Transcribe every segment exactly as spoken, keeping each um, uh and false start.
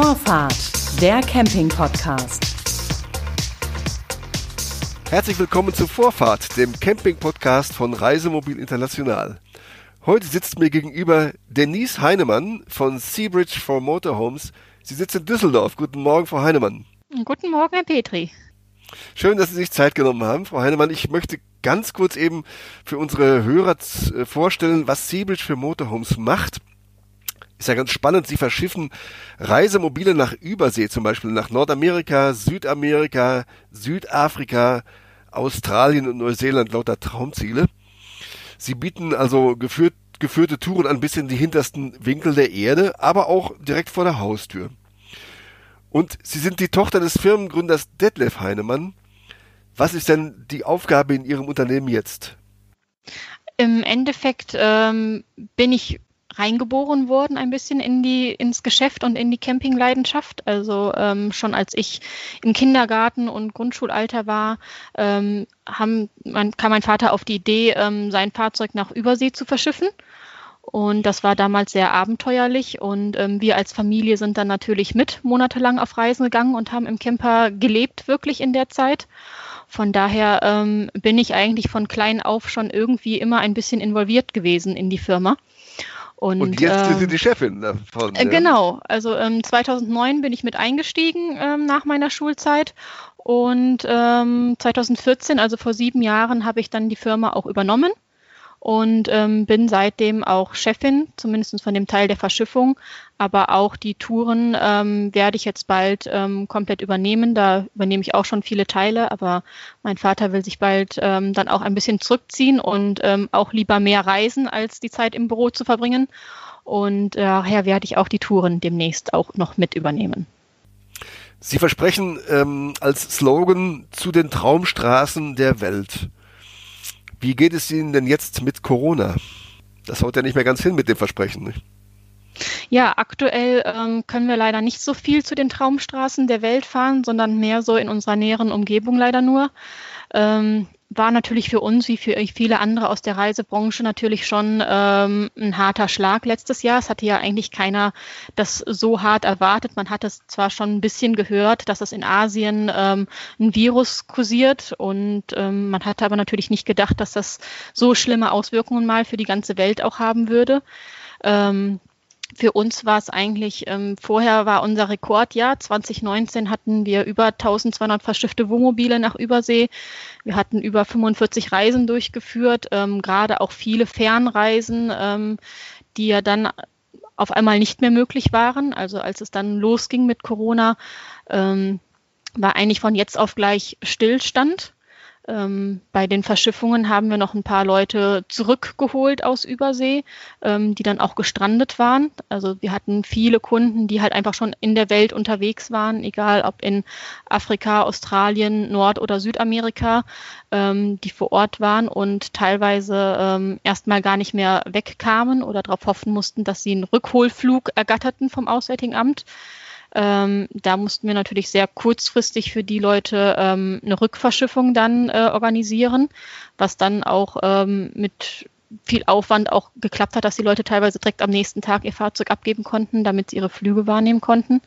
Vorfahrt, der Camping-Podcast. Herzlich willkommen zu Vorfahrt, dem Camping-Podcast von Reisemobil International. Heute sitzt mir gegenüber Denise Heinemann von Seabridge for Motorhomes. Sie sitzt in Düsseldorf. Guten Morgen, Frau Heinemann. Guten Morgen, Herr Petri. Schön, dass Sie sich Zeit genommen haben, Frau Heinemann. Ich möchte ganz kurz eben für unsere Hörer vorstellen, was Seabridge for Motorhomes macht. Ist ja ganz spannend. Sie verschiffen Reisemobile nach Übersee, zum Beispiel nach Nordamerika, Südamerika, Südafrika, Australien und Neuseeland, lauter Traumziele. Sie bieten also geführt, geführte Touren an bis in die hintersten Winkel der Erde, aber auch direkt vor der Haustür. Und Sie sind die Tochter des Firmengründers Detlef Heinemann. Was ist denn die Aufgabe in Ihrem Unternehmen jetzt? Im Endeffekt ähm, bin ich reingeboren worden ein bisschen in die ins Geschäft und in die Campingleidenschaft. Also ähm, schon als ich im Kindergarten und Grundschulalter war, ähm, haben, man, kam mein Vater auf die Idee, ähm, sein Fahrzeug nach Übersee zu verschiffen. Und das war damals sehr abenteuerlich und ähm, wir als Familie sind dann natürlich mit monatelang auf Reisen gegangen und haben im Camper gelebt, wirklich in der Zeit. Von daher ähm, bin ich eigentlich von klein auf schon irgendwie immer ein bisschen involviert gewesen in die Firma. Und, und jetzt sind ähm, Sie die Chefin davon. Äh, ja? Genau, also ähm, zweitausendneun bin ich mit eingestiegen ähm, nach meiner Schulzeit und ähm, zweitausendvierzehn, also vor sieben Jahren, habe ich dann die Firma auch übernommen und ähm, bin seitdem auch Chefin, zumindest von dem Teil der Verschiffung, aber auch die Touren ähm, werde ich jetzt bald ähm, komplett übernehmen. Da übernehme ich auch schon viele Teile, aber mein Vater will sich bald ähm, dann auch ein bisschen zurückziehen und ähm, auch lieber mehr reisen, als die Zeit im Büro zu verbringen. Und daher werde ich auch die Touren demnächst auch noch mit übernehmen. Sie versprechen ähm, als Slogan zu den Traumstraßen der Welt. Wie geht es Ihnen denn jetzt mit Corona? Das haut ja nicht mehr ganz hin mit dem Versprechen, nicht? Ja, aktuell ähm, können wir leider nicht so viel zu den Traumstraßen der Welt fahren, sondern mehr so in unserer näheren Umgebung leider nur. Ähm, war natürlich für uns, wie für viele andere aus der Reisebranche, natürlich schon ähm, ein harter Schlag letztes Jahr. Es hatte ja eigentlich keiner das so hart erwartet. Man hat es zwar schon ein bisschen gehört, dass es in Asien ähm, ein Virus kursiert und ähm, man hatte aber natürlich nicht gedacht, dass das so schlimme Auswirkungen mal für die ganze Welt auch haben würde. Ähm, Für uns war es eigentlich, ähm, vorher war unser Rekordjahr, zwanzig neunzehn hatten wir über eintausendzweihundert verschiffte Wohnmobile nach Übersee. Wir hatten über fünfundvierzig Reisen durchgeführt, ähm, gerade auch viele Fernreisen, ähm, die ja dann auf einmal nicht mehr möglich waren. Also als es dann losging mit Corona, ähm, war eigentlich von jetzt auf gleich Stillstand. Ähm, bei den Verschiffungen haben wir noch ein paar Leute zurückgeholt aus Übersee, ähm, die dann auch gestrandet waren. Also wir hatten viele Kunden, die halt einfach schon in der Welt unterwegs waren, egal ob in Afrika, Australien, Nord- oder Südamerika, ähm, die vor Ort waren und teilweise ähm, erstmal gar nicht mehr wegkamen oder darauf hoffen mussten, dass sie einen Rückholflug ergatterten vom Auswärtigen Amt. Ähm, da mussten wir natürlich sehr kurzfristig für die Leute ähm, eine Rückverschiffung dann äh, organisieren, was dann auch ähm, mit viel Aufwand auch geklappt hat, dass die Leute teilweise direkt am nächsten Tag ihr Fahrzeug abgeben konnten, damit sie ihre Flüge wahrnehmen konnten.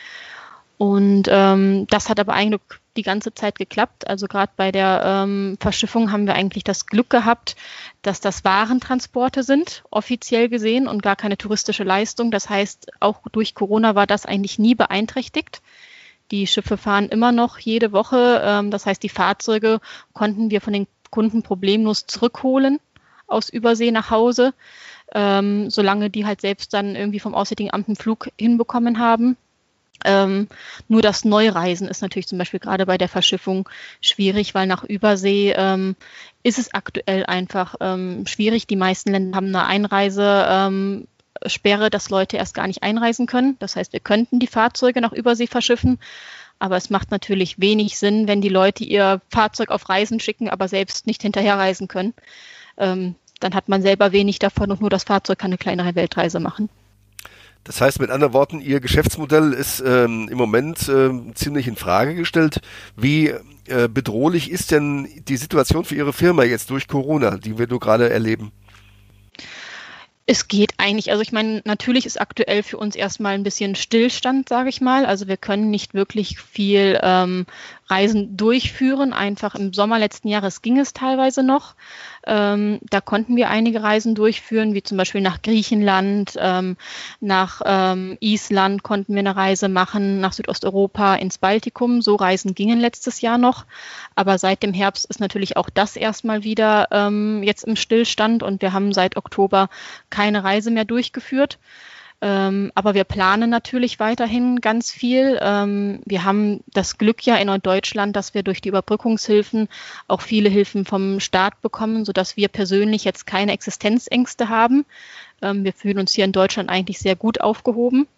Und ähm, das hat aber eigentlich die ganze Zeit geklappt. Also gerade bei der ähm, Verschiffung haben wir eigentlich das Glück gehabt, dass das Warentransporte sind, offiziell gesehen, und gar keine touristische Leistung. Das heißt, auch durch Corona war das eigentlich nie beeinträchtigt. Die Schiffe fahren immer noch jede Woche. Ähm, das heißt, die Fahrzeuge konnten wir von den Kunden problemlos zurückholen aus Übersee nach Hause, ähm, solange die halt selbst dann irgendwie vom Auswärtigen Amt einen Flug hinbekommen haben. Ähm, nur das Neureisen ist natürlich zum Beispiel gerade bei der Verschiffung schwierig, weil nach Übersee ähm, ist es aktuell einfach ähm, schwierig. Die meisten Länder haben eine Einreisesperre, ähm, dass Leute erst gar nicht einreisen können. Das heißt, wir könnten die Fahrzeuge nach Übersee verschiffen, aber es macht natürlich wenig Sinn, wenn die Leute ihr Fahrzeug auf Reisen schicken, aber selbst nicht hinterherreisen können. Ähm, dann hat man selber wenig davon und nur das Fahrzeug kann eine kleinere Weltreise machen. Das heißt, mit anderen Worten, Ihr Geschäftsmodell ist ähm, im Moment ähm, ziemlich in Frage gestellt. Wie äh, bedrohlich ist denn die Situation für Ihre Firma jetzt durch Corona, die wir nur gerade erleben? Es geht eigentlich. Also ich meine, natürlich ist aktuell für uns erstmal ein bisschen Stillstand, sage ich mal. Also wir können nicht wirklich viel ähm, Reisen durchführen. Einfach im Sommer letzten Jahres ging es teilweise noch. Ähm, da konnten wir einige Reisen durchführen, wie zum Beispiel nach Griechenland, ähm, nach ähm, Island konnten wir eine Reise machen, nach Südosteuropa, ins Baltikum. So Reisen gingen letztes Jahr noch. Aber seit dem Herbst ist natürlich auch das erstmal wieder ähm, jetzt im Stillstand und wir haben seit Oktober keine Reise mehr durchgeführt. Ähm, aber wir planen natürlich weiterhin ganz viel. Ähm, wir haben das Glück ja in Deutschland, dass wir durch die Überbrückungshilfen auch viele Hilfen vom Staat bekommen, sodass wir persönlich jetzt keine Existenzängste haben. Ähm, wir fühlen uns hier in Deutschland eigentlich sehr gut aufgehoben.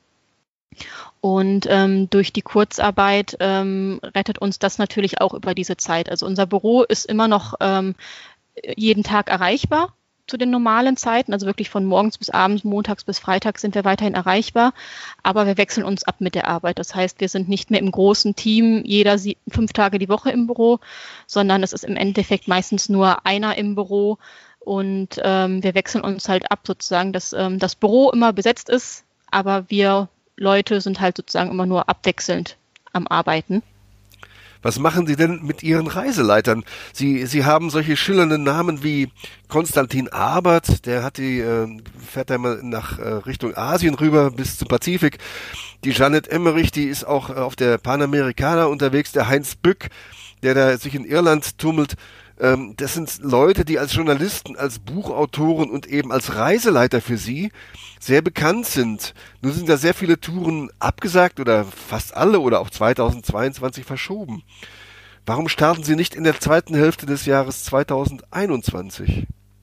Und ähm, durch die Kurzarbeit ähm, rettet uns das natürlich auch über diese Zeit. Also unser Büro ist immer noch ähm, jeden Tag erreichbar zu den normalen Zeiten, also wirklich von morgens bis abends, montags bis freitags sind wir weiterhin erreichbar, aber wir wechseln uns ab mit der Arbeit. Das heißt, wir sind nicht mehr im großen Team, jeder sie- fünf Tage die Woche im Büro, sondern es ist im Endeffekt meistens nur einer im Büro und ähm, wir wechseln uns halt ab sozusagen, dass ähm, das Büro immer besetzt ist, aber wir Leute sind halt sozusagen immer nur abwechselnd am Arbeiten. Was machen Sie denn mit Ihren Reiseleitern? Sie, Sie haben solche schillernden Namen wie Konstantin Abert, der hat die, äh, fährt einmal nach äh, Richtung Asien rüber bis zum Pazifik. Die Jeanette Emmerich, die ist auch äh, auf der Panamericana unterwegs. Der Heinz Bück, der da sich in Irland tummelt. Ähm, das sind Leute, die als Journalisten, als Buchautoren und eben als Reiseleiter für Sie sehr bekannt sind. Nun sind da sehr viele Touren abgesagt oder fast alle oder auch zweitausendzweiundzwanzig verschoben. Warum starten Sie nicht in der zweiten Hälfte des Jahres zweitausendeinundzwanzig?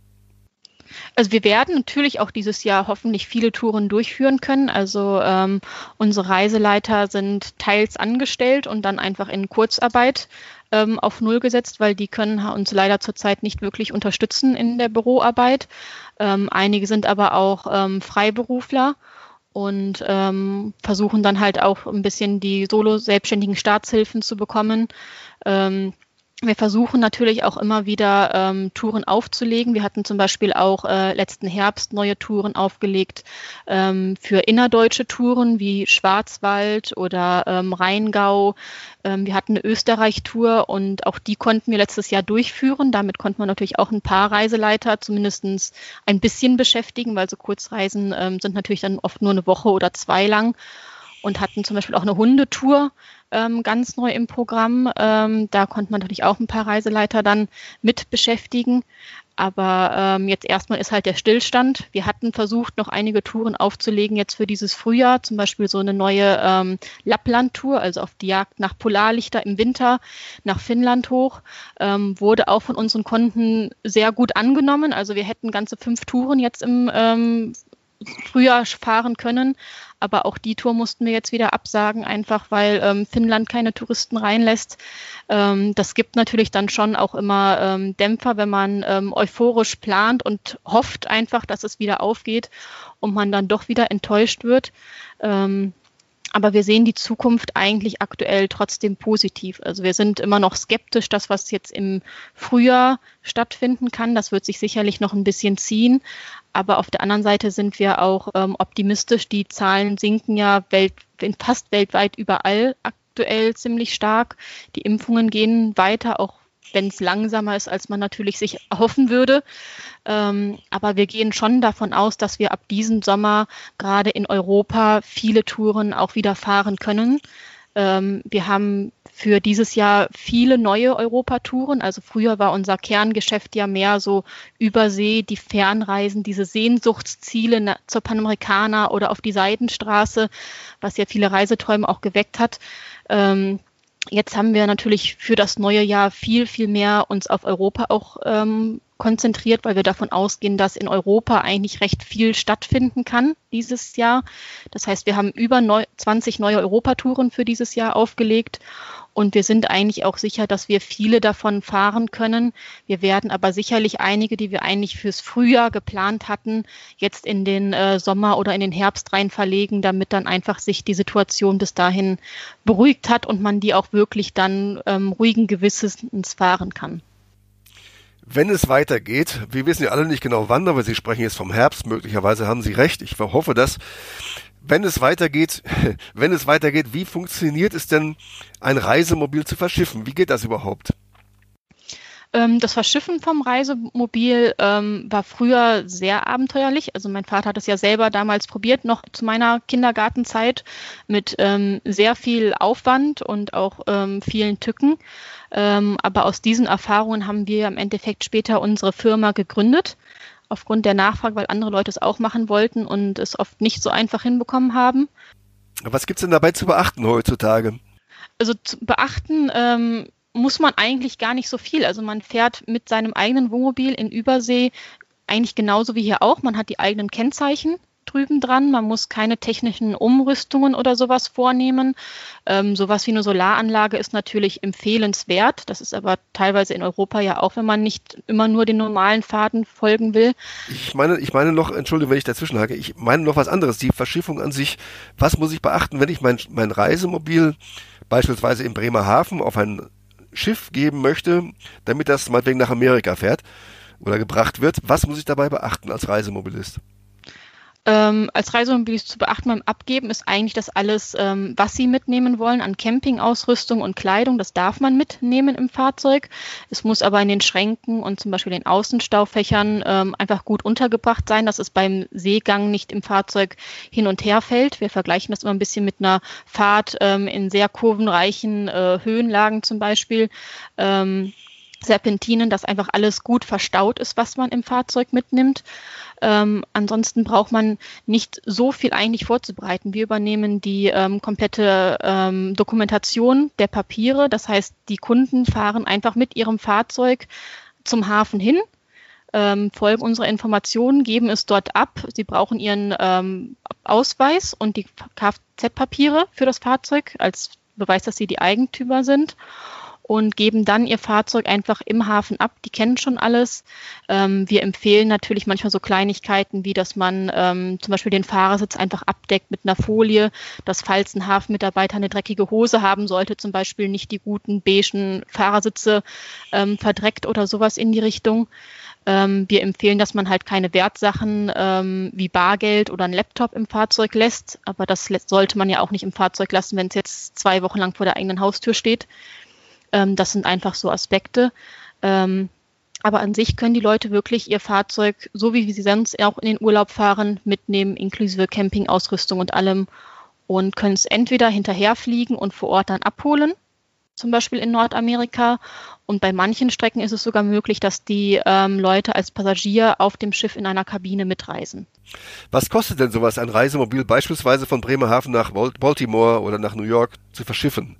Also wir werden natürlich auch dieses Jahr hoffentlich viele Touren durchführen können. Also ähm, unsere Reiseleiter sind teils angestellt und dann einfach in Kurzarbeit ähm, auf Null gesetzt, weil die können uns leider zurzeit nicht wirklich unterstützen in der Büroarbeit. Ähm, einige sind aber auch ähm, Freiberufler und ähm, versuchen dann halt auch ein bisschen die solo-selbstständigen Staatshilfen zu bekommen. Ähm, Wir versuchen natürlich auch immer wieder ähm, Touren aufzulegen. Wir hatten zum Beispiel auch äh, letzten Herbst neue Touren aufgelegt ähm, für innerdeutsche Touren wie Schwarzwald oder ähm, Rheingau. Ähm, wir hatten eine Österreich-Tour und auch die konnten wir letztes Jahr durchführen. Damit konnte man natürlich auch ein paar Reiseleiter zumindest ein bisschen beschäftigen, weil so Kurzreisen ähm, sind natürlich dann oft nur eine Woche oder zwei lang. Und hatten zum Beispiel auch eine Hundetour ähm, ganz neu im Programm. Ähm, da konnte man natürlich auch ein paar Reiseleiter dann mit beschäftigen. Aber ähm, jetzt erstmal ist halt der Stillstand. Wir hatten versucht, noch einige Touren aufzulegen jetzt für dieses Frühjahr. Zum Beispiel so eine neue ähm, Lappland-Tour, also auf die Jagd nach Polarlichter im Winter nach Finnland hoch. Ähm, wurde auch von unseren Kunden sehr gut angenommen. Also wir hätten ganze fünf Touren jetzt im ähm, Frühjahr fahren können, aber auch die Tour mussten wir jetzt wieder absagen, einfach weil ähm, Finnland keine Touristen reinlässt. Ähm, das gibt natürlich dann schon auch immer ähm, Dämpfer, wenn man ähm, euphorisch plant und hofft einfach, dass es wieder aufgeht und man dann doch wieder enttäuscht wird. Ähm, Aber wir sehen die Zukunft eigentlich aktuell trotzdem positiv. Also wir sind immer noch skeptisch, das, was jetzt im Frühjahr stattfinden kann, das wird sich sicherlich noch ein bisschen ziehen. Aber auf der anderen Seite sind wir auch ähm, optimistisch. Die Zahlen sinken ja welt, fast weltweit überall aktuell ziemlich stark. Die Impfungen gehen weiter, auch wenn es langsamer ist, als man natürlich sich erhoffen würde. Ähm, aber wir gehen schon davon aus, dass wir ab diesem Sommer gerade in Europa viele Touren auch wieder fahren können. Ähm, wir haben für dieses Jahr viele neue Europatouren. Also früher war unser Kerngeschäft ja mehr so Übersee, die Fernreisen, diese Sehnsuchtsziele na, zur Panamericana oder auf die Seidenstraße, was ja viele Reiseträume auch geweckt hat. Ähm, Jetzt haben wir natürlich für das neue Jahr viel, viel mehr uns auf Europa auch ähm, konzentriert, weil wir davon ausgehen, dass in Europa eigentlich recht viel stattfinden kann dieses Jahr. Das heißt, wir haben über zwanzig neue Europatouren für dieses Jahr aufgelegt und wir sind eigentlich auch sicher, dass wir viele davon fahren können. Wir werden aber sicherlich einige, die wir eigentlich fürs Frühjahr geplant hatten, jetzt in den äh, Sommer oder in den Herbst rein verlegen, damit dann einfach sich die Situation bis dahin beruhigt hat und man die auch wirklich dann ähm, ruhigen Gewissens fahren kann. Wenn es weitergeht, wir wissen ja alle nicht genau wann, aber Sie sprechen jetzt vom Herbst, möglicherweise haben Sie recht, ich hoffe das. Wenn es weitergeht, wenn es weitergeht, wie funktioniert es denn, ein Reisemobil zu verschiffen? Wie geht das überhaupt? Das Verschiffen vom Reisemobil ähm, war früher sehr abenteuerlich. Also mein Vater hat es ja selber damals probiert, noch zu meiner Kindergartenzeit mit ähm, sehr viel Aufwand und auch ähm, vielen Tücken. Ähm, aber aus diesen Erfahrungen haben wir im Endeffekt später unsere Firma gegründet, aufgrund der Nachfrage, weil andere Leute es auch machen wollten und es oft nicht so einfach hinbekommen haben. Was gibt's denn dabei zu beachten heutzutage? Also zu beachten ähm, muss man eigentlich gar nicht so viel. Also man fährt mit seinem eigenen Wohnmobil in Übersee eigentlich genauso wie hier auch. Man hat die eigenen Kennzeichen drüben dran. Man muss keine technischen Umrüstungen oder sowas vornehmen. Ähm, sowas wie eine Solaranlage ist natürlich empfehlenswert. Das ist aber teilweise in Europa ja auch, wenn man nicht immer nur den normalen Pfaden folgen will. Ich meine, ich meine noch, Entschuldigung, wenn ich dazwischen hake, ich meine noch was anderes. Die Verschiffung an sich, was muss ich beachten, wenn ich mein, mein Reisemobil beispielsweise in Bremerhaven auf ein Schiff geben möchte, damit das meinetwegen nach Amerika fährt oder gebracht wird? Was muss ich dabei beachten als Reisemobilist? Ähm, als Reisemobilist zu beachten beim Abgeben ist eigentlich das alles, ähm, was Sie mitnehmen wollen an Campingausrüstung und Kleidung. Das darf man mitnehmen im Fahrzeug. Es muss aber in den Schränken und zum Beispiel den Außenstaufächern ähm, einfach gut untergebracht sein, dass es beim Seegang nicht im Fahrzeug hin und her fällt. Wir vergleichen das immer ein bisschen mit einer Fahrt ähm, in sehr kurvenreichen äh, Höhenlagen zum Beispiel. Ähm, Serpentinen, dass einfach alles gut verstaut ist, was man im Fahrzeug mitnimmt. Ähm, ansonsten braucht man nicht so viel eigentlich vorzubereiten. Wir übernehmen die ähm, komplette ähm, Dokumentation der Papiere. Das heißt, die Kunden fahren einfach mit ihrem Fahrzeug zum Hafen hin, ähm, folgen unserer Informationen, geben es dort ab. Sie brauchen ihren ähm, Ausweis und die Kfz-Papiere für das Fahrzeug als Beweis, dass sie die Eigentümer sind. Und geben dann ihr Fahrzeug einfach im Hafen ab. Die kennen schon alles. Ähm, wir empfehlen natürlich manchmal so Kleinigkeiten, wie dass man ähm, zum Beispiel den Fahrersitz einfach abdeckt mit einer Folie, dass falls ein Hafenmitarbeiter eine dreckige Hose haben sollte, zum Beispiel nicht die guten beigen Fahrersitze ähm, verdreckt oder sowas in die Richtung. Ähm, wir empfehlen, dass man halt keine Wertsachen ähm, wie Bargeld oder ein Laptop im Fahrzeug lässt. Aber das sollte man ja auch nicht im Fahrzeug lassen, wenn es jetzt zwei Wochen lang vor der eigenen Haustür steht. Das sind einfach so Aspekte. Aber an sich können die Leute wirklich ihr Fahrzeug, so wie sie sonst auch in den Urlaub fahren, mitnehmen, inklusive Campingausrüstung und allem. Und können es entweder hinterherfliegen und vor Ort dann abholen, zum Beispiel in Nordamerika. Und bei manchen Strecken ist es sogar möglich, dass die ähm, Leute als Passagier auf dem Schiff in einer Kabine mitreisen. Was kostet denn sowas, ein Reisemobil beispielsweise von Bremerhaven nach Baltimore oder nach New York zu verschiffen?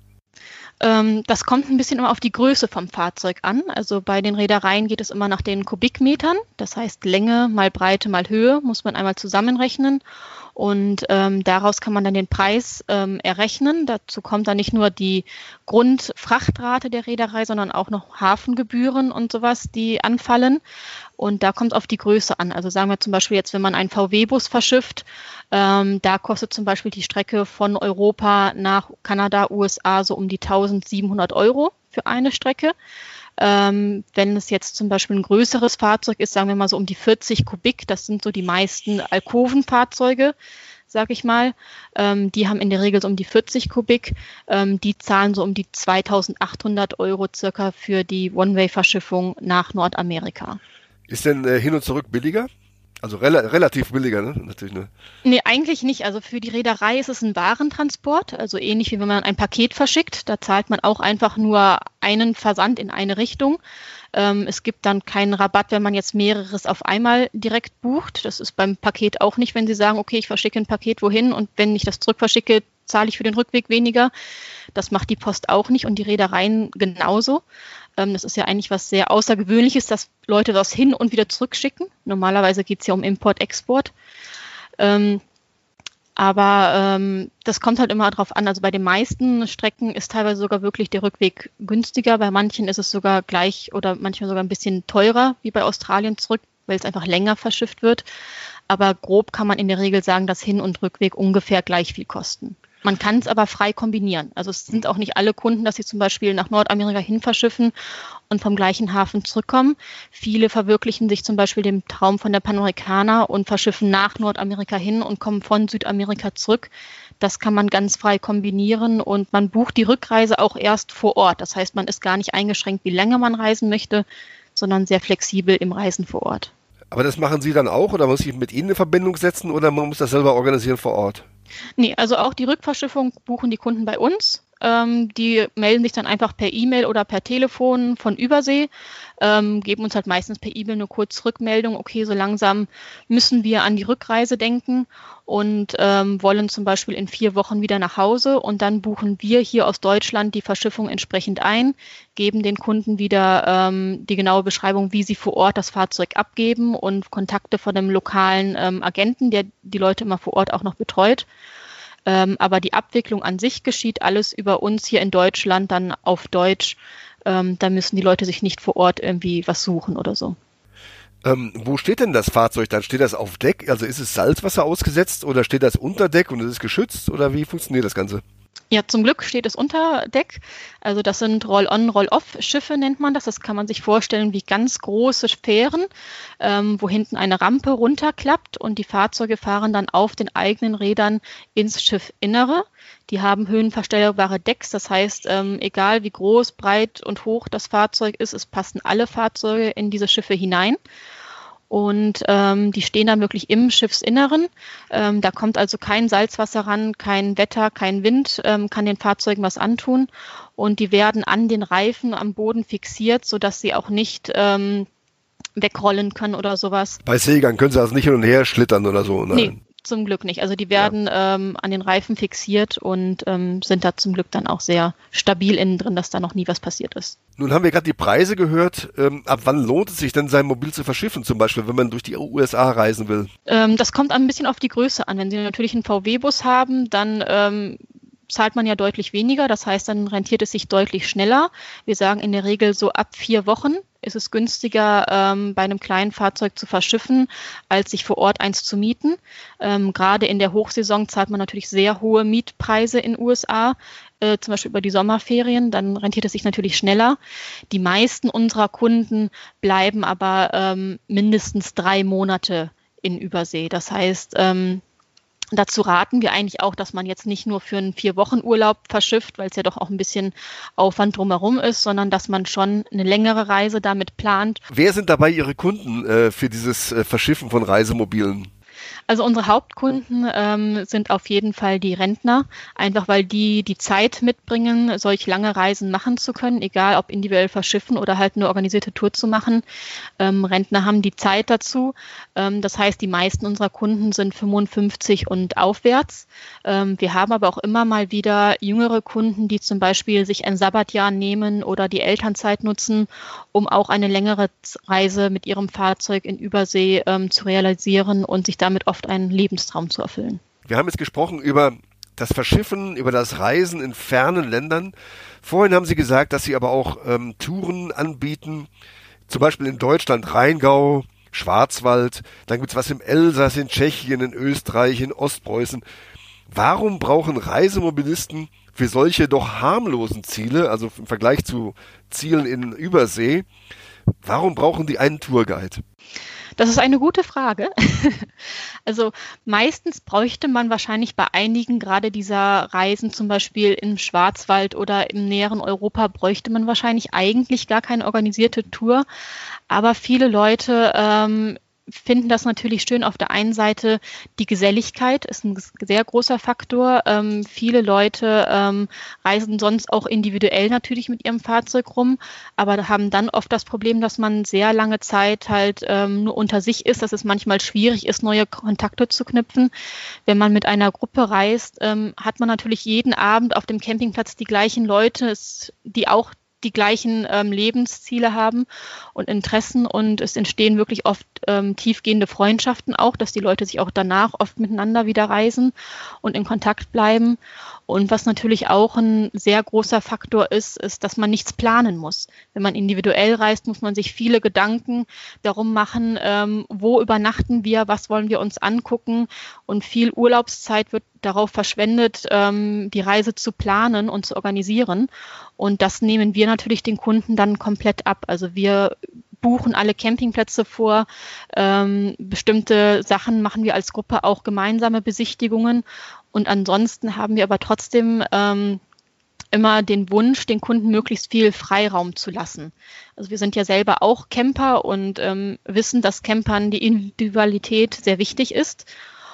Das kommt ein bisschen immer auf die Größe vom Fahrzeug an. Also bei den Reedereien geht es immer nach den Kubikmetern. Das heißt Länge mal Breite mal Höhe muss man einmal zusammenrechnen. Und ähm, daraus kann man dann den Preis ähm, errechnen. Dazu kommt dann nicht nur die Grundfrachtrate der Reederei, sondern auch noch Hafengebühren und sowas, die anfallen. Und da kommt es auf die Größe an. Also sagen wir zum Beispiel jetzt, wenn man einen V W-Bus verschifft, ähm, da kostet zum Beispiel die Strecke von Europa nach Kanada, U S A so um die tausendsiebenhundert Euro für eine Strecke. Ähm, wenn es jetzt zum Beispiel ein größeres Fahrzeug ist, sagen wir mal so um die vierzig Kubik, das sind so die meisten Alkovenfahrzeuge, sag ich mal, ähm, die haben in der Regel so um die vierzig Kubik, ähm, die zahlen so um die zweitausendachthundert Euro circa für die One-Way-Verschiffung nach Nordamerika. Ist denn äh, hin und zurück billiger? Also rel- relativ billiger, ne? Natürlich, ne? Nee, eigentlich nicht. Also für die Reederei ist es ein Warentransport, also ähnlich wie wenn man ein Paket verschickt. Da zahlt man auch einfach nur einen Versand in eine Richtung. Ähm, es gibt dann keinen Rabatt, wenn man jetzt mehreres auf einmal direkt bucht. Das ist beim Paket auch nicht, wenn Sie sagen, okay, ich verschicke ein Paket wohin und wenn ich das zurück verschicke, zahle ich für den Rückweg weniger. Das macht die Post auch nicht und die Reedereien genauso. Ähm, das ist ja eigentlich was sehr Außergewöhnliches, dass Leute das hin und wieder zurückschicken. Normalerweise geht es ja um Import-Export. Ähm, aber ähm, das kommt halt immer drauf an. Also bei den meisten Strecken ist teilweise sogar wirklich der Rückweg günstiger. Bei manchen ist es sogar gleich oder manchmal sogar ein bisschen teurer, wie bei Australien zurück, weil es einfach länger verschifft wird. Aber grob kann man in der Regel sagen, dass Hin- und Rückweg ungefähr gleich viel kosten. Man kann es aber frei kombinieren. Also es sind auch nicht alle Kunden, dass sie zum Beispiel nach Nordamerika hin verschiffen und vom gleichen Hafen zurückkommen. Viele verwirklichen sich zum Beispiel den Traum von der Panamericana und verschiffen nach Nordamerika hin und kommen von Südamerika zurück. Das kann man ganz frei kombinieren und man bucht die Rückreise auch erst vor Ort. Das heißt, man ist gar nicht eingeschränkt, wie lange man reisen möchte, sondern sehr flexibel im Reisen vor Ort. Aber das machen Sie dann auch oder muss ich mit Ihnen in Verbindung setzen oder man muss das selber organisieren vor Ort? Nee, also auch die Rückverschiffung buchen die Kunden bei uns. Ähm, die melden sich dann einfach per E-Mail oder per Telefon von Übersee, ähm, geben uns halt meistens per E-Mail eine kurze Rückmeldung, okay, so langsam müssen wir an die Rückreise denken und ähm, wollen zum Beispiel in vier Wochen wieder nach Hause und dann buchen wir hier aus Deutschland die Verschiffung entsprechend ein, geben den Kunden wieder ähm, die genaue Beschreibung, wie sie vor Ort das Fahrzeug abgeben und Kontakte von dem lokalen ähm, Agenten, der die Leute immer vor Ort auch noch betreut. Ähm, aber die Abwicklung an sich geschieht alles über uns hier in Deutschland, dann auf Deutsch. Ähm, da müssen die Leute sich nicht vor Ort irgendwie was suchen oder so. Ähm, wo steht denn das Fahrzeug dann? Steht das auf Deck? Also ist es Salzwasser ausgesetzt oder steht das unter Deck und es ist geschützt? Oder wie funktioniert das Ganze? Ja, zum Glück steht es unter Deck. Also das sind Roll-on, Roll-off-Schiffe nennt man das. Das kann man sich vorstellen wie ganz große Fähren, ähm, wo hinten eine Rampe runterklappt und die Fahrzeuge fahren dann auf den eigenen Rädern ins Schiffinnere. Die haben höhenverstellbare Decks, das heißt, ähm, egal wie groß, breit und hoch das Fahrzeug ist, es passen alle Fahrzeuge in diese Schiffe hinein. Und ähm, die stehen dann wirklich im Schiffsinneren. Ähm, da kommt also kein Salzwasser ran, kein Wetter, kein Wind, ähm, kann den Fahrzeugen was antun. Und die werden an den Reifen am Boden fixiert, sodass sie auch nicht ähm, wegrollen können oder sowas. Bei Seegang können sie also nicht hin und her schlittern oder so? Nein. Nee, zum Glück nicht. Also die werden ja. ähm, an den Reifen fixiert und ähm, sind da zum Glück dann auch sehr stabil innen drin, dass da noch nie was passiert ist. Nun haben wir gerade die Preise gehört. Ähm, ab wann lohnt es sich denn, sein Mobil zu verschiffen, zum Beispiel, wenn man durch die U S A reisen will? Ähm, das kommt ein bisschen auf die Größe an. Wenn Sie natürlich einen V W-Bus haben, dann ähm, zahlt man ja deutlich weniger. Das heißt, dann rentiert es sich deutlich schneller. Wir sagen in der Regel so ab vier Wochen ist es günstiger, ähm, bei einem kleinen Fahrzeug zu verschiffen, als sich vor Ort eins zu mieten. Ähm, gerade in der Hochsaison zahlt man natürlich sehr hohe Mietpreise in den U S A, äh, zum Beispiel über die Sommerferien. Dann rentiert es sich natürlich schneller. Die meisten unserer Kunden bleiben aber ähm, mindestens drei Monate in Übersee. Das heißt, ähm, dazu raten wir eigentlich auch, dass man jetzt nicht nur für einen Vier-Wochen-Urlaub verschifft, weil es ja doch auch ein bisschen Aufwand drumherum ist, sondern dass man schon eine längere Reise damit plant. Wer sind dabei Ihre Kunden äh, für dieses äh, Verschiffen von Reisemobilen? Also unsere Hauptkunden ähm, sind auf jeden Fall die Rentner, einfach weil die die Zeit mitbringen, solch lange Reisen machen zu können, egal ob individuell verschiffen oder halt eine organisierte Tour zu machen. Ähm, Rentner haben die Zeit dazu. Ähm, das heißt, die meisten unserer Kunden sind fünfundfünfzig und aufwärts. Ähm, wir haben aber auch immer mal wieder jüngere Kunden, die zum Beispiel sich ein Sabbatjahr nehmen oder die Elternzeit nutzen, um auch eine längere Reise mit ihrem Fahrzeug in Übersee ähm, zu realisieren und sich damit oft einen Lebenstraum zu erfüllen. Wir haben jetzt gesprochen über das Verschiffen, über das Reisen in fernen Ländern. Vorhin haben Sie gesagt, dass Sie aber auch ähm, Touren anbieten, zum Beispiel in Deutschland, Rheingau, Schwarzwald, dann gibt es was im Elsass, in Tschechien, in Österreich, in Ostpreußen. Warum brauchen Reisemobilisten für solche doch harmlosen Ziele, also im Vergleich zu Zielen in Übersee, warum brauchen die einen Tourguide? Das ist eine gute Frage. Also meistens bräuchte man wahrscheinlich bei einigen gerade dieser Reisen, zum Beispiel im Schwarzwald oder im näheren Europa, bräuchte man wahrscheinlich eigentlich gar keine organisierte Tour. Aber viele Leute ähm, finden das natürlich schön. Auf der einen Seite die Geselligkeit ist ein sehr großer Faktor. Ähm, viele Leute ähm, reisen sonst auch individuell natürlich mit ihrem Fahrzeug rum, aber haben dann oft das Problem, dass man sehr lange Zeit halt ähm, nur unter sich ist, dass es manchmal schwierig ist, neue Kontakte zu knüpfen. Wenn man mit einer Gruppe reist, ähm, hat man natürlich jeden Abend auf dem Campingplatz die gleichen Leute, die auch die gleichen ähm, Lebensziele haben und Interessen und es entstehen wirklich oft ähm, tiefgehende Freundschaften auch, dass die Leute sich auch danach oft miteinander wieder reisen und in Kontakt bleiben. Und was natürlich auch ein sehr großer Faktor ist, ist, dass man nichts planen muss. Wenn man individuell reist, muss man sich viele Gedanken darum machen, ähm, wo übernachten wir, was wollen wir uns angucken. Und viel Urlaubszeit wird darauf verschwendet, ähm, die Reise zu planen und zu organisieren. Und das nehmen wir natürlich den Kunden dann komplett ab. Also wir buchen alle Campingplätze vor. Ähm, bestimmte Sachen machen wir als Gruppe auch gemeinsame Besichtigungen. Und ansonsten haben wir aber trotzdem ähm, immer den Wunsch, den Kunden möglichst viel Freiraum zu lassen. Also wir sind ja selber auch Camper und ähm, wissen, dass Campern die Individualität sehr wichtig ist.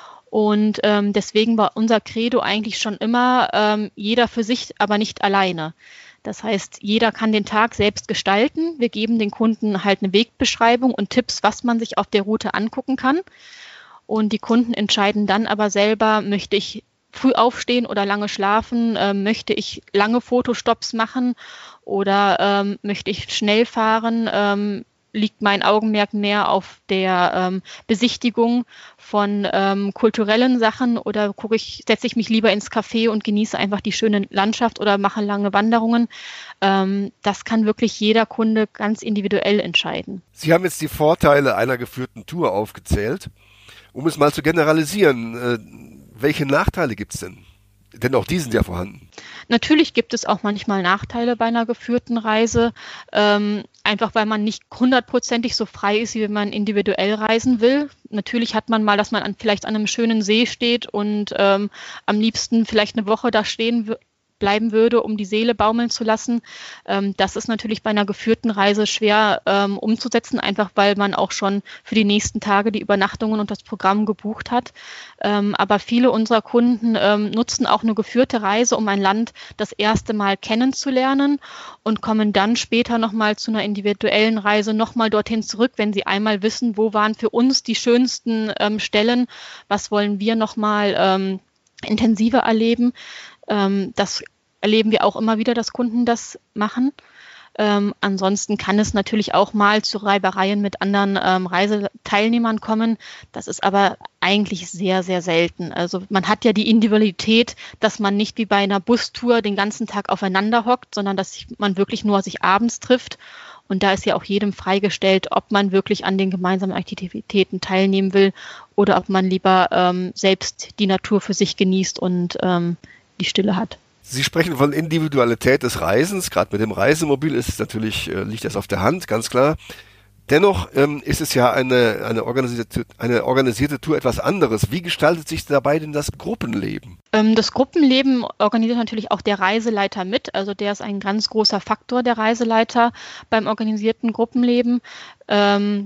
Und ähm, deswegen war unser Credo eigentlich schon immer, ähm, jeder für sich, aber nicht alleine. Das heißt, jeder kann den Tag selbst gestalten. Wir geben den Kunden halt eine Wegbeschreibung und Tipps, was man sich auf der Route angucken kann. Und die Kunden entscheiden dann aber selber, möchte ich früh aufstehen oder lange schlafen, äh, möchte ich lange Fotostops machen oder ähm, möchte ich schnell fahren, ähm, liegt mein Augenmerk mehr auf der ähm, Besichtigung von ähm, kulturellen Sachen oder gucke ich, setze ich mich lieber ins Café und genieße einfach die schöne Landschaft oder mache lange Wanderungen. Ähm, das kann wirklich jeder Kunde ganz individuell entscheiden. Sie haben jetzt die Vorteile einer geführten Tour aufgezählt. Um es mal zu generalisieren, äh, welche Nachteile gibt es denn? Denn auch die sind ja vorhanden. Natürlich gibt es auch manchmal Nachteile bei einer geführten Reise, ähm, einfach weil man nicht hundertprozentig so frei ist, wie wenn man individuell reisen will. Natürlich hat man mal, dass man an, vielleicht an einem schönen See steht und ähm, am liebsten vielleicht eine Woche da stehen w- bleiben würde, um die Seele baumeln zu lassen. Ähm, das ist natürlich bei einer geführten Reise schwer ähm, umzusetzen, einfach weil man auch schon für die nächsten Tage die Übernachtungen und das Programm gebucht hat. Ähm, aber viele unserer Kunden ähm, nutzen auch eine geführte Reise, um ein Land das erste Mal kennenzulernen und kommen dann später nochmal zu einer individuellen Reise nochmal dorthin zurück, wenn sie einmal wissen, wo waren für uns die schönsten ähm, Stellen, was wollen wir nochmal ähm, intensiver erleben. Ähm, das erleben wir auch immer wieder, dass Kunden das machen. Ähm, ansonsten kann es natürlich auch mal zu Reibereien mit anderen ähm, Reiseteilnehmern kommen. Das ist aber eigentlich sehr, sehr selten. Also man hat ja die Individualität, dass man nicht wie bei einer Bustour den ganzen Tag aufeinander hockt, sondern dass man wirklich nur sich abends trifft. Und da ist ja auch jedem freigestellt, ob man wirklich an den gemeinsamen Aktivitäten teilnehmen will oder ob man lieber ähm, selbst die Natur für sich genießt und ähm, die Stille hat. Sie sprechen von Individualität des Reisens. Gerade mit dem Reisemobil ist es natürlich, äh, liegt das auf der Hand, ganz klar. Dennoch ähm, ist es ja eine, eine, organisierte, eine organisierte Tour etwas anderes. Wie gestaltet sich dabei denn das Gruppenleben? Ähm, das Gruppenleben organisiert natürlich auch der Reiseleiter mit. Also der ist ein ganz großer Faktor, der Reiseleiter beim organisierten Gruppenleben. Ähm,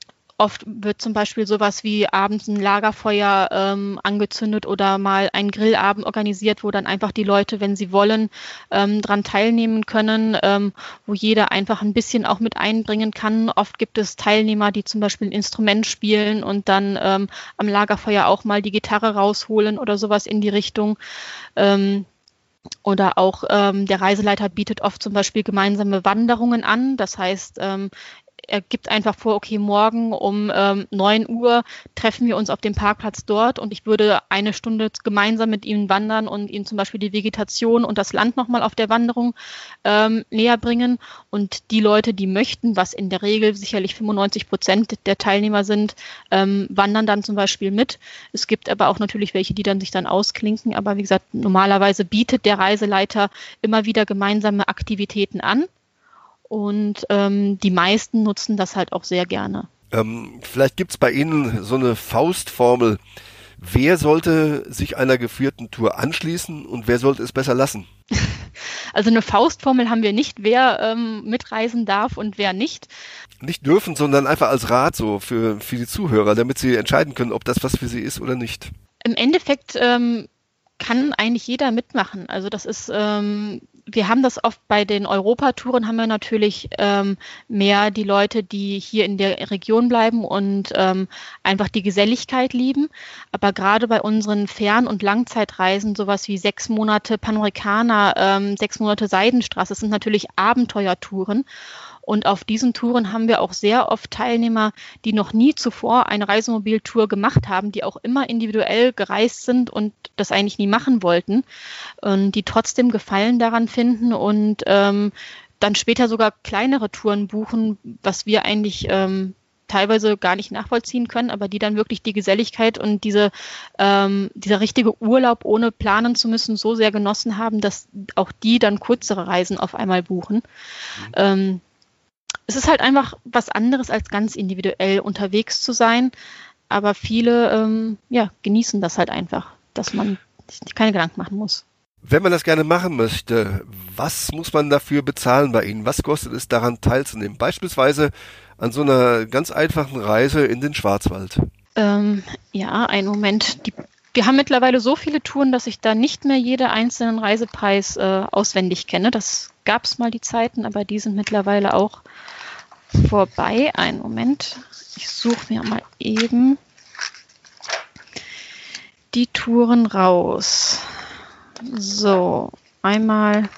Oft wird zum Beispiel sowas wie abends ein Lagerfeuer ähm, angezündet oder mal ein Grillabend organisiert, wo dann einfach die Leute, wenn sie wollen, ähm, dran teilnehmen können, ähm, wo jeder einfach ein bisschen auch mit einbringen kann. Oft gibt es Teilnehmer, die zum Beispiel ein Instrument spielen und dann ähm, am Lagerfeuer auch mal die Gitarre rausholen oder sowas in die Richtung. Ähm, Oder auch ähm, der Reiseleiter bietet oft zum Beispiel gemeinsame Wanderungen an. Das heißt, ähm, er gibt einfach vor, okay, morgen um ähm, neun Uhr treffen wir uns auf dem Parkplatz dort und ich würde eine Stunde gemeinsam mit ihm wandern und ihm zum Beispiel die Vegetation und das Land nochmal auf der Wanderung ähm, näher bringen. Und die Leute, die möchten, was in der Regel sicherlich fünfundneunzig Prozent der Teilnehmer sind, ähm, wandern dann zum Beispiel mit. Es gibt aber auch natürlich welche, die dann sich dann ausklinken. Aber wie gesagt, normalerweise bietet der Reiseleiter immer wieder gemeinsame Aktivitäten an. Und ähm, die meisten nutzen das halt auch sehr gerne. Ähm, vielleicht gibt es bei Ihnen so eine Faustformel. Wer sollte sich einer geführten Tour anschließen und wer sollte es besser lassen? Also eine Faustformel haben wir nicht, wer ähm, mitreisen darf und wer nicht. Nicht dürfen, sondern einfach als Rat so für, für die Zuhörer, damit sie entscheiden können, ob das was für sie ist oder nicht. Im Endeffekt ähm, kann eigentlich jeder mitmachen. Also das ist, ähm, wir haben das oft bei den Europatouren, haben wir natürlich ähm, mehr die Leute, die hier in der Region bleiben und ähm, einfach die Geselligkeit lieben. Aber gerade bei unseren Fern- und Langzeitreisen, sowas wie sechs Monate Panorama, ähm, sechs Monate Seidenstraße, das sind natürlich Abenteuertouren. Und auf diesen Touren haben wir auch sehr oft Teilnehmer, die noch nie zuvor eine Reisemobiltour gemacht haben, die auch immer individuell gereist sind und das eigentlich nie machen wollten, und die trotzdem Gefallen daran finden und ähm, dann später sogar kleinere Touren buchen, was wir eigentlich ähm, teilweise gar nicht nachvollziehen können, aber die dann wirklich die Geselligkeit und diese, ähm, dieser richtige Urlaub, ohne planen zu müssen, so sehr genossen haben, dass auch die dann kürzere Reisen auf einmal buchen. Mhm. Ähm, es ist halt einfach was anderes, als ganz individuell unterwegs zu sein, aber viele ähm, ja, genießen das halt einfach, dass man sich keine Gedanken machen muss. Wenn man das gerne machen möchte, was muss man dafür bezahlen bei Ihnen? Was kostet es daran teilzunehmen? Beispielsweise an so einer ganz einfachen Reise in den Schwarzwald. Ähm, ja, einen Moment. Die, wir haben mittlerweile so viele Touren, dass ich da nicht mehr jeden einzelnen Reisepreis äh, auswendig kenne. Das gab es mal die Zeiten, aber die sind mittlerweile auch vorbei. Einen Moment. Ich suche mir mal eben die Touren raus. So, einmal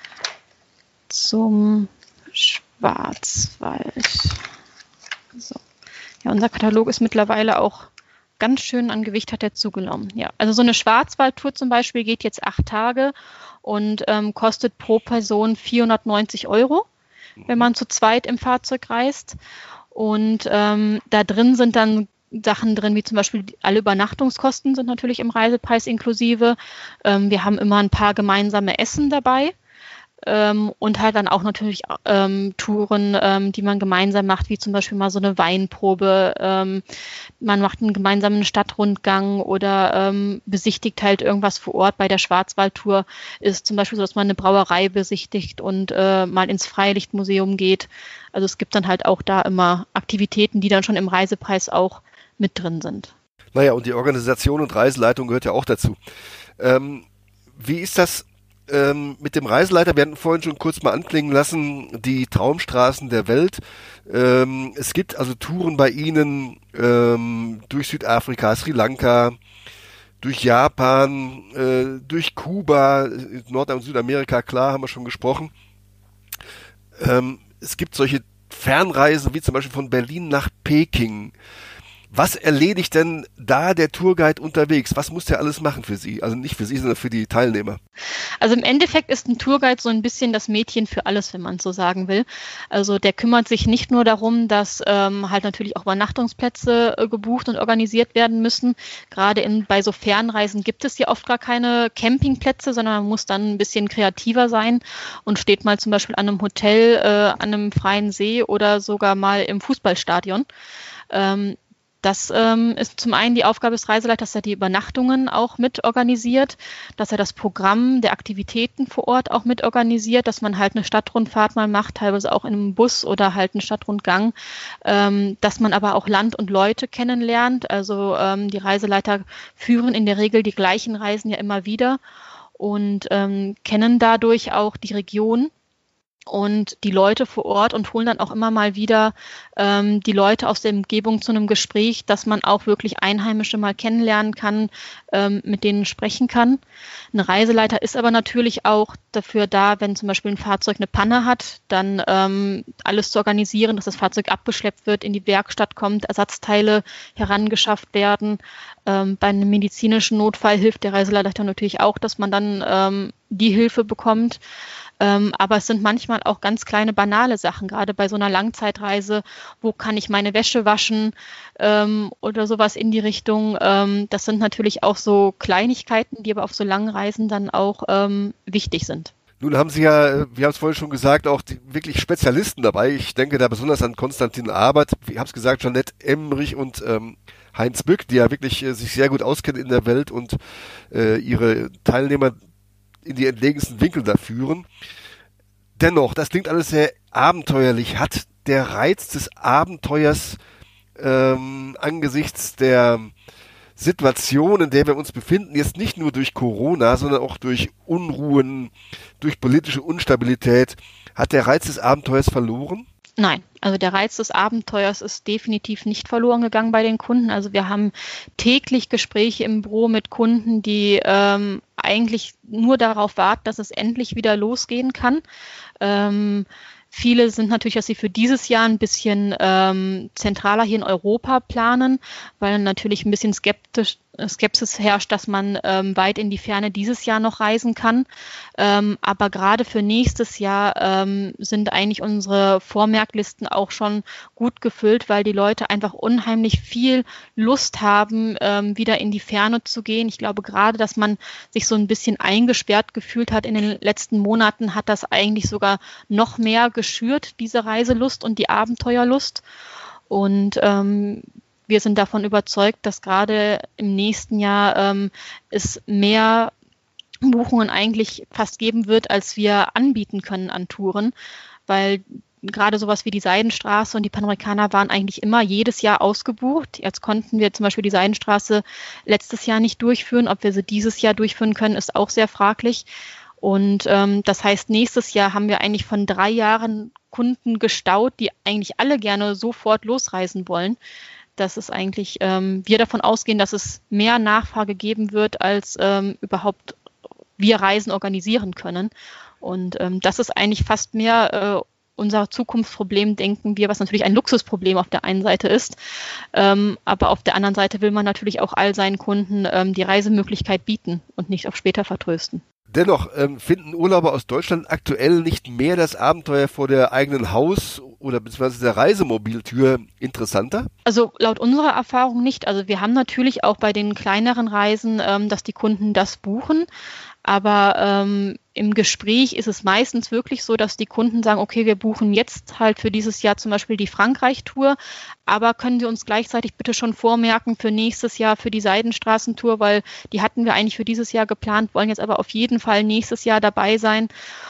zum Schwarzwald. So. Ja, unser Katalog ist mittlerweile auch ganz schön an Gewicht, hat er zugenommen. Ja, also so eine Schwarzwaldtour zum Beispiel geht jetzt acht Tage und ähm, kostet pro Person vierhundertneunzig Euro, wenn man zu zweit im Fahrzeug reist. Und ähm, da drin sind dann Sachen drin, wie zum Beispiel alle Übernachtungskosten sind natürlich im Reisepreis inklusive. Ähm, wir haben immer ein paar gemeinsame Essen dabei. Ähm, und halt dann auch natürlich ähm, Touren, ähm, die man gemeinsam macht, wie zum Beispiel mal so eine Weinprobe. Ähm, man macht einen gemeinsamen Stadtrundgang oder ähm, besichtigt halt irgendwas vor Ort. Bei der Schwarzwaldtour ist zum Beispiel so, dass man eine Brauerei besichtigt und äh, mal ins Freilichtmuseum geht. Also es gibt dann halt auch da immer Aktivitäten, die dann schon im Reisepreis auch mit drin sind. Naja, und die Organisation und Reiseleitung gehört ja auch dazu. Ähm, wie ist das Ähm, mit dem Reiseleiter? Wir hatten vorhin schon kurz mal anklingen lassen, die Traumstraßen der Welt. Ähm, es gibt also Touren bei Ihnen ähm, durch Südafrika, Sri Lanka, durch Japan, äh, durch Kuba, Nord- und Südamerika, klar, haben wir schon gesprochen. Ähm, es gibt solche Fernreisen wie zum Beispiel von Berlin nach Peking. Was erledigt denn da der Tourguide unterwegs? Was muss der alles machen für Sie? Also nicht für Sie, sondern für die Teilnehmer. Also im Endeffekt ist ein Tourguide so ein bisschen das Mädchen für alles, wenn man so sagen will. Also der kümmert sich nicht nur darum, dass ähm, halt natürlich auch Übernachtungsplätze äh, gebucht und organisiert werden müssen. Gerade in, bei so Fernreisen gibt es ja oft gar keine Campingplätze, sondern man muss dann ein bisschen kreativer sein und steht mal zum Beispiel an einem Hotel, äh, an einem freien See oder sogar mal im Fußballstadion. Ähm, Das ähm, ist zum einen die Aufgabe des Reiseleiters, dass er die Übernachtungen auch mit organisiert, dass er das Programm der Aktivitäten vor Ort auch mit organisiert, dass man halt eine Stadtrundfahrt mal macht, teilweise auch in einem Bus oder halt einen Stadtrundgang, ähm, dass man aber auch Land und Leute kennenlernt. Also ähm, die Reiseleiter führen in der Regel die gleichen Reisen ja immer wieder und ähm, kennen dadurch auch die Region und die Leute vor Ort und holen dann auch immer mal wieder ähm, die Leute aus der Umgebung zu einem Gespräch, dass man auch wirklich Einheimische mal kennenlernen kann, ähm, mit denen sprechen kann. Ein Reiseleiter ist aber natürlich auch dafür da, wenn zum Beispiel ein Fahrzeug eine Panne hat, dann ähm, alles zu organisieren, dass das Fahrzeug abgeschleppt wird, in die Werkstatt kommt, Ersatzteile herangeschafft werden. Ähm, bei einem medizinischen Notfall hilft der Reiseleiter natürlich auch, dass man dann ähm, die Hilfe bekommt. Ähm, aber es sind manchmal auch ganz kleine, banale Sachen, gerade bei so einer Langzeitreise. Wo kann ich meine Wäsche waschen ähm, oder sowas in die Richtung. Ähm, das sind natürlich auch so Kleinigkeiten, die aber auf so langen Reisen dann auch ähm, wichtig sind. Nun haben Sie ja, wir haben es vorhin schon gesagt, auch die wirklich Spezialisten dabei. Ich denke da besonders an Konstantin Abert, ich habe es gesagt, Jeanette Emmerich und ähm, Heinz Bück, die ja wirklich äh, sich sehr gut auskennen in der Welt und äh, ihre Teilnehmer in die entlegensten Winkel da führen. Dennoch, das klingt alles sehr abenteuerlich. Hat der Reiz des Abenteuers ähm, angesichts der Situation, in der wir uns befinden, jetzt nicht nur durch Corona, sondern auch durch Unruhen, durch politische Unstabilität, hat der Reiz des Abenteuers verloren? Nein, also der Reiz des Abenteuers ist definitiv nicht verloren gegangen bei den Kunden. Also wir haben täglich Gespräche im Büro mit Kunden, die ähm, eigentlich nur darauf warten, dass es endlich wieder losgehen kann. Ähm, Viele sind natürlich, dass sie für dieses Jahr ein bisschen ähm, zentraler hier in Europa planen, weil natürlich ein bisschen skeptisch Skepsis herrscht, dass man ähm, weit in die Ferne dieses Jahr noch reisen kann. Ähm, aber gerade für nächstes Jahr ähm, sind eigentlich unsere Vormerklisten auch schon gut gefüllt, weil die Leute einfach unheimlich viel Lust haben, ähm, wieder in die Ferne zu gehen. Ich glaube gerade, dass man sich so ein bisschen eingesperrt gefühlt hat in den letzten Monaten, hat das eigentlich sogar noch mehr geschürt, diese Reiselust und die Abenteuerlust. Und ähm, wir sind davon überzeugt, dass gerade im nächsten Jahr ähm, es mehr Buchungen eigentlich fast geben wird, als wir anbieten können an Touren, weil gerade sowas wie die Seidenstraße und die Panamericana waren eigentlich immer jedes Jahr ausgebucht. Jetzt konnten wir zum Beispiel die Seidenstraße letztes Jahr nicht durchführen. Ob wir sie dieses Jahr durchführen können, ist auch sehr fraglich. Und ähm, das heißt, nächstes Jahr haben wir eigentlich von drei Jahren Kunden gestaut, die eigentlich alle gerne sofort losreisen wollen. Dass es eigentlich, ähm, wir davon ausgehen, dass es mehr Nachfrage geben wird, als ähm, überhaupt wir Reisen organisieren können. Und ähm, das ist eigentlich fast mehr äh, unser Zukunftsproblem, denken wir, was natürlich ein Luxusproblem auf der einen Seite ist. Ähm, aber auf der anderen Seite will man natürlich auch all seinen Kunden ähm, die Reisemöglichkeit bieten und nicht auf später vertrösten. Dennoch ähm, finden Urlauber aus Deutschland aktuell nicht mehr das Abenteuer vor der eigenen Haus- oder beziehungsweise der Reisemobiltür interessanter? Also laut unserer Erfahrung nicht. Also wir haben natürlich auch bei den kleineren Reisen, ähm, dass die Kunden das buchen. Aber ähm, im Gespräch ist es meistens wirklich so, dass die Kunden sagen, okay, wir buchen jetzt halt für dieses Jahr zum Beispiel die Frankreich-Tour, aber können Sie uns gleichzeitig bitte schon vormerken für nächstes Jahr für die Seidenstraßentour, weil die hatten wir eigentlich für dieses Jahr geplant, wollen jetzt aber auf jeden Fall nächstes Jahr dabei sein.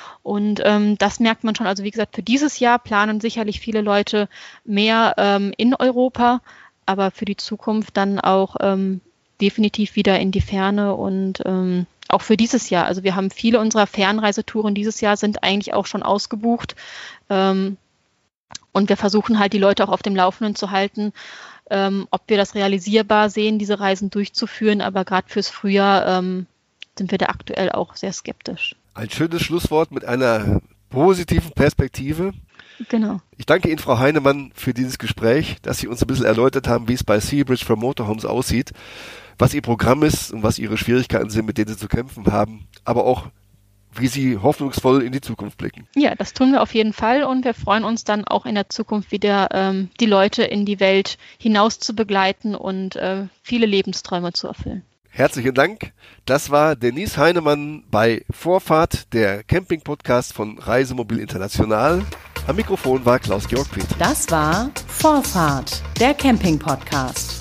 Und ähm, das merkt man schon. Also wie gesagt, für dieses Jahr planen sicherlich viele Leute mehr ähm, in Europa, aber für die Zukunft dann auch ähm, definitiv wieder in die Ferne und ähm, auch für dieses Jahr. Also wir haben viele unserer Fernreisetouren dieses Jahr sind eigentlich auch schon ausgebucht. Ähm, und wir versuchen halt die Leute auch auf dem Laufenden zu halten, ähm, ob wir das realisierbar sehen, diese Reisen durchzuführen. Aber gerade fürs Frühjahr ähm, sind wir da aktuell auch sehr skeptisch. Ein schönes Schlusswort mit einer positiven Perspektive. Genau. Ich danke Ihnen, Frau Heinemann, für dieses Gespräch, dass Sie uns ein bisschen erläutert haben, wie es bei Seabridge for Motorhomes aussieht, was Ihr Programm ist und was Ihre Schwierigkeiten sind, mit denen Sie zu kämpfen haben, aber auch, wie Sie hoffnungsvoll in die Zukunft blicken. Ja, das tun wir auf jeden Fall und wir freuen uns dann auch in der Zukunft wieder, ähm, die Leute in die Welt hinaus zu begleiten und äh, viele Lebensträume zu erfüllen. Herzlichen Dank. Das war Denise Heinemann bei Vorfahrt, der Camping-Podcast von Reisemobil International. Am Mikrofon war Klaus-Georg Peter. Das war Vorfahrt, der Camping-Podcast.